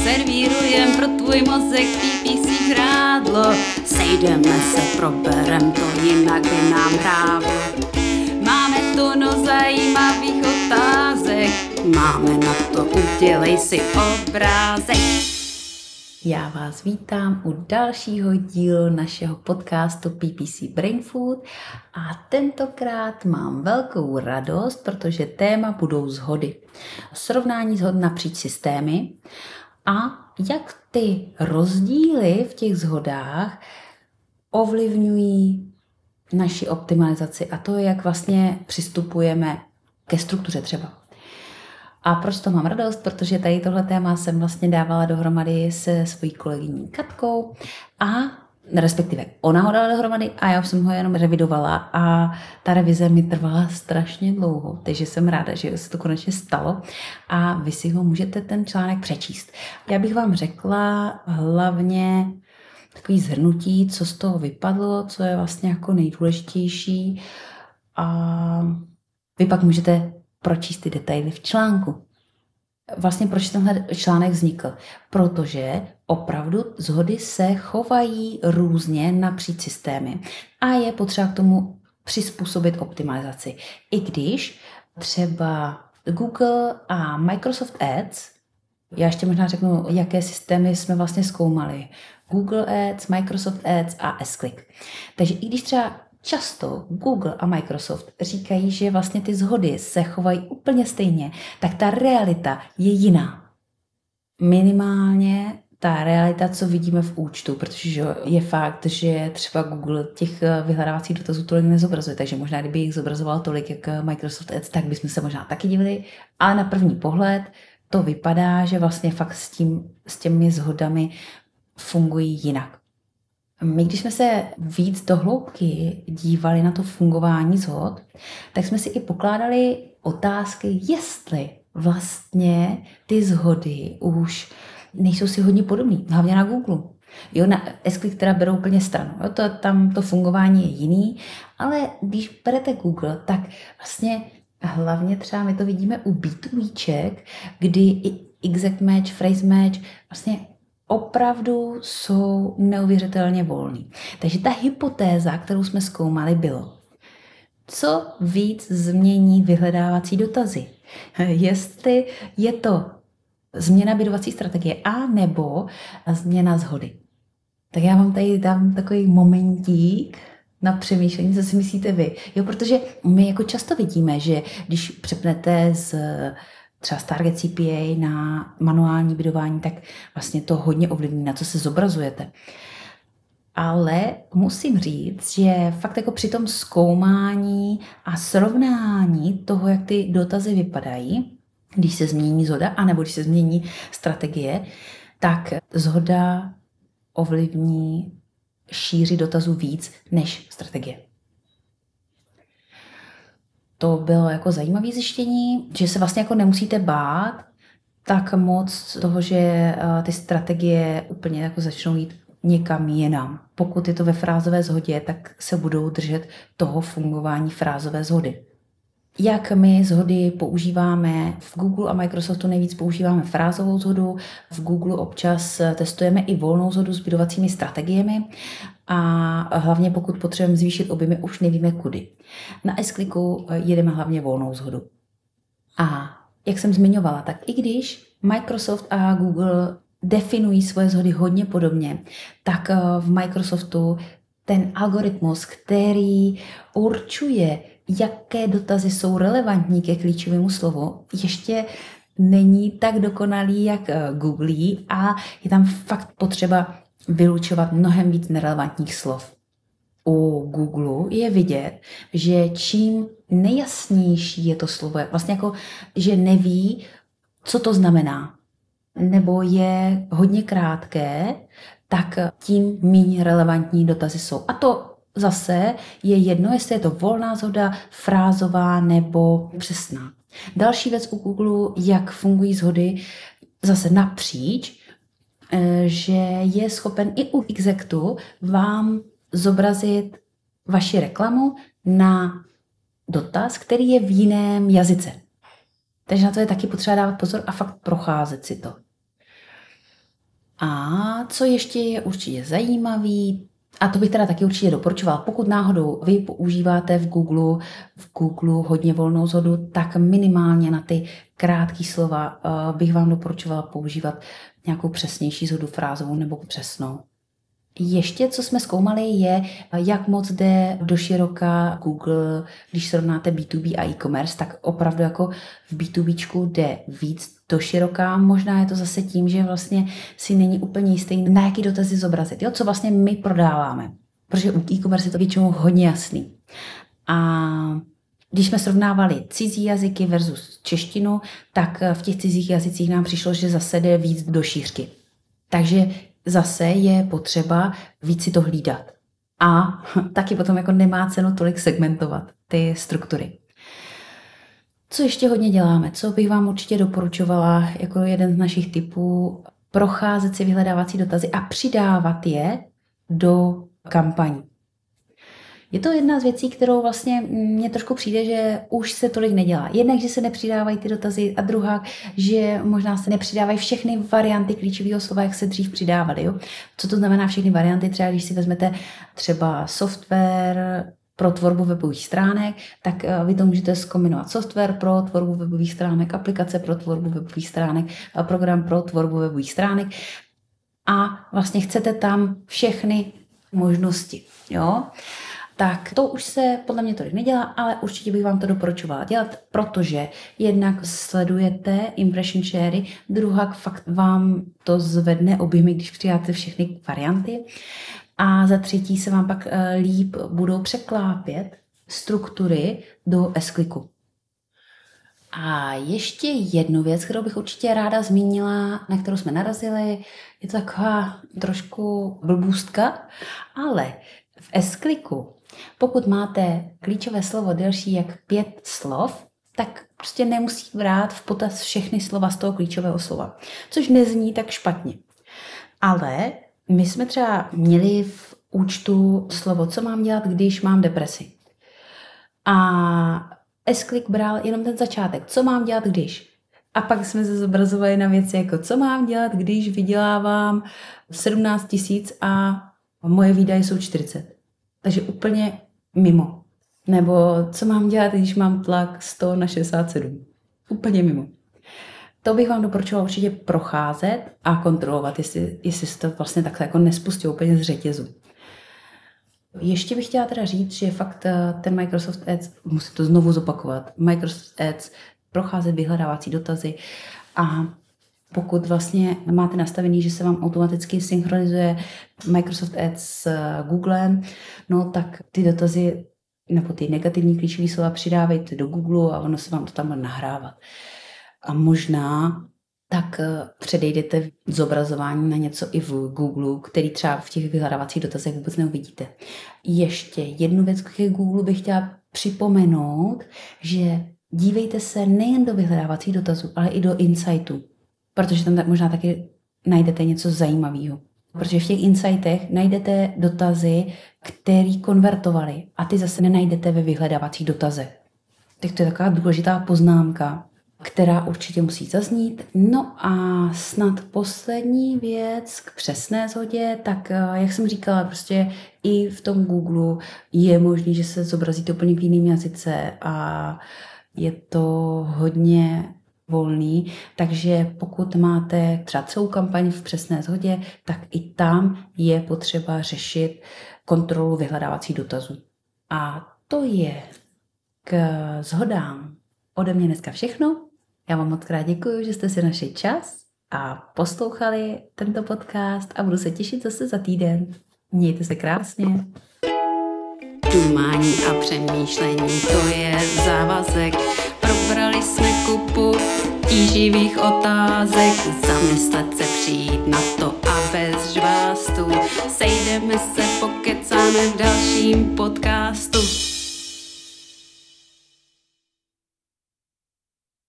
Servírujem pro tvůj mozek PPC žrádlo. Sejdeme se, proberem to, jinak by nám hrávlo. Máme tunu zajímavých otázek, máme na to, udělej si obrázek. Já vás vítám u dalšího dílu našeho podcastu PPC Brain Food a tentokrát mám velkou radost, protože téma budou shody. Srovnání shod napříč systémy a jak ty rozdíly v těch shodách ovlivňují naši optimalizaci a to, jak vlastně přistupujeme ke struktuře třeba. A proč to mám radost? Protože tady tohle téma jsem vlastně dávala dohromady se svojí kolegyní Katkou a respektive ona ho dala dohromady a já už jsem ho jenom revidovala a ta revize mi trvala strašně dlouho, takže jsem ráda, že se to konečně stalo a vy si ho můžete ten článek přečíst. Já bych vám řekla hlavně takový shrnutí, co z toho vypadlo, co je vlastně jako nejdůležitější a vy pak můžete pročíst ty detaily v článku. Vlastně proč tenhle článek vznikl? Protože opravdu shody se chovají různě napříč systémy a je potřeba k tomu přizpůsobit optimalizaci. I když třeba Google a Microsoft Ads, já ještě možná řeknu, jaké systémy jsme vlastně zkoumali. Google Ads, Microsoft Ads a S-Click. Takže i když třeba často Google a Microsoft říkají, že vlastně ty shody se chovají úplně stejně, tak ta realita je jiná. Minimálně ta realita, co vidíme v účtu, protože je fakt, že třeba Google těch vyhledávacích dotazů tolik nezobrazuje, takže možná kdyby jich zobrazoval tolik, jak Microsoft Ads, tak bychom se možná taky divili, ale na první pohled to vypadá, že vlastně fakt s těmi shodami fungují jinak. My, když jsme se víc do hloubky dívali na to fungování shod, tak jsme si i pokládali otázky, jestli vlastně ty shody už nejsou si hodně podobný, hlavně na Google. Jo, na S-Click teda berou úplně stranu. Jo, tam to fungování je jiný, ale když berete Google, tak vlastně hlavně třeba my to vidíme u B2Bček, kdy i exact match, phrase match vlastně opravdu jsou neuvěřitelně volný. Takže ta hypotéza, kterou jsme zkoumali, bylo, co víc změní vyhledávací dotazy. Jestli je to změna bidovací strategie a nebo změna shody. Tak já vám tady dám takový momentík na přemýšlení, co si myslíte vy. Jo, protože my jako často vidíme, že když přepnete třeba z Target CPA na manuální bidování, tak vlastně to hodně ovlivní, na co se zobrazujete. Ale musím říct, že fakt jako při tom zkoumání a srovnání toho, jak ty dotazy vypadají, když se změní shoda, anebo když se změní strategie, tak shoda ovlivní šíři dotazů víc než strategie. To bylo jako zajímavé zjištění, že se vlastně jako nemusíte bát tak moc toho, že ty strategie úplně jako začnou jít někam jinam. Pokud je to ve frázové shodě, tak se budou držet toho fungování frázové shody. Jak my shody používáme v Google a Microsoftu nejvíc používáme frázovou shodu, v Google občas testujeme i volnou shodu s bidovacími strategiemi a hlavně pokud potřebujeme zvýšit objemy, už nevíme kudy. Na S-Clicku jedeme hlavně volnou shodu. A jak jsem zmiňovala, tak i když Microsoft a Google definují svoje shody hodně podobně, tak v Microsoftu ten algoritmus, který určuje, jaké dotazy jsou relevantní ke klíčovému slovu, ještě není tak dokonalý, jak Google a je tam fakt potřeba vylučovat mnohem víc nerelevantních slov. U Google je vidět, že čím nejasnější je to slovo, vlastně jako, že neví, co to znamená, nebo je hodně krátké, tak tím méně relevantní dotazy jsou. A to zase je jedno, jestli je to volná shoda, frázová nebo přesná. Další věc u Google, jak fungují shody zase napříč, že je schopen i u Exactu vám zobrazit vaši reklamu na dotaz, který je v jiném jazyce. Takže na to je taky potřeba dávat pozor a fakt procházet si to. A co ještě je určitě zajímavý, a to bych teda taky určitě doporučovala, pokud náhodou vy používáte v Google hodně volnou shodu, tak minimálně na ty krátké slova bych vám doporučovala používat nějakou přesnější shodu frázovou nebo přesnou. Ještě, co jsme zkoumali, je, jak moc jde do široka Google, když srovnáte B2B a e-commerce, tak opravdu jako v B2Bčku jde víc do široka. Možná je to zase tím, že vlastně si není úplně jistý, na jaký dotazy zobrazit, jo? Co vlastně my prodáváme. Protože u e-commerce je to většinou hodně jasný. A když jsme srovnávali cizí jazyky versus češtinu, tak v těch cizích jazycích nám přišlo, že zase jde víc do šířky. Takže zase je potřeba víc si to hlídat. A taky potom jako nemá cenu tolik segmentovat ty struktury. Co ještě hodně děláme? Co bych vám určitě doporučovala jako jeden z našich tipů? Procházet si vyhledávací dotazy a přidávat je do kampaní. Je to jedna z věcí, kterou vlastně mně trošku přijde, že už se tolik nedělá. Jednak, že se nepřidávají ty dotazy a druhá, že možná se nepřidávají všechny varianty klíčového slova, jak se dřív přidávaly. Jo? Co to znamená všechny varianty? Třeba když si vezmete třeba software pro tvorbu webových stránek, tak vy to můžete zkombinovat software pro tvorbu webových stránek, aplikace pro tvorbu webových stránek, program pro tvorbu webových stránek a vlastně chcete tam všechny možnosti. Jo? Tak to už se podle mě tolik nedělá, ale určitě bych vám to doporučovala dělat, protože jednak sledujete impression share, druhá fakt vám to zvedne objemy, když přidáte všechny varianty a za třetí se vám pak líp budou překlápět struktury do S-kliku. A ještě jednu věc, kterou bych určitě ráda zmínila, na kterou jsme narazili, je to taková trošku blbůstka, ale v S-kliku, pokud máte klíčové slovo delší jak 5 slov, tak prostě nemusí brát v potaz všechny slova z toho klíčového slova, což nezní tak špatně. Ale my jsme třeba měli v účtu slovo, co mám dělat, když mám depresi. A S-klik bral jenom ten začátek, co mám dělat, když. A pak jsme se zobrazovali na věci jako, co mám dělat, když vydělávám 17 000 a moje výdaje jsou 40. Takže úplně mimo. Nebo co mám dělat, když mám tlak 100/67. Úplně mimo. To bych vám doporučovala určitě procházet a kontrolovat, jestli se to vlastně takhle jako nespustí úplně z řetězu. Ještě bych chtěla teda říct, že fakt ten Microsoft Ads, musím to znovu zopakovat, Microsoft Ads, procházet vyhledávací dotazy a pokud vlastně máte nastavený, že se vám automaticky synchronizuje Microsoft Ads s Googlem, no tak ty dotazy nebo ty negativní klíčové slova přidávejte do Google a ono se vám to tam bude nahrávat. A možná tak předejdete zobrazování na něco i v Google, který třeba v těch vyhledávacích dotazech vůbec neuvidíte. Ještě jednu věc k Google bych chtěla připomenout, že dívejte se nejen do vyhledávacích dotazů, ale i do insightů, protože tam možná taky najdete něco zajímavého. Protože v těch insightech najdete dotazy, které konvertovaly a ty zase nenajdete ve vyhledávacích dotazech. Tak to je taková důležitá poznámka, která určitě musí zaznít. No a snad poslední věc k přesné shodě, tak jak jsem říkala, prostě i v tom Google je možné, že se zobrazíte úplně v jiném jazyce a je to hodně volný, takže pokud máte třeba celou kampaň v přesné shodě, tak i tam je potřeba řešit kontrolu vyhledávacích dotazů. A to je k shodám ode mě dneska všechno. Já vám moc krát děkuji, že jste si našli čas a poslouchali tento podcast a budu se těšit zase za týden. Mějte se krásně. Dumání a přemýšlení, to je závazek. Probrali jsme kupu tíživých otázek. Zamyslet se, přijít na to a bez žvástu. Sejdeme se, pokecáme v dalším podcastu.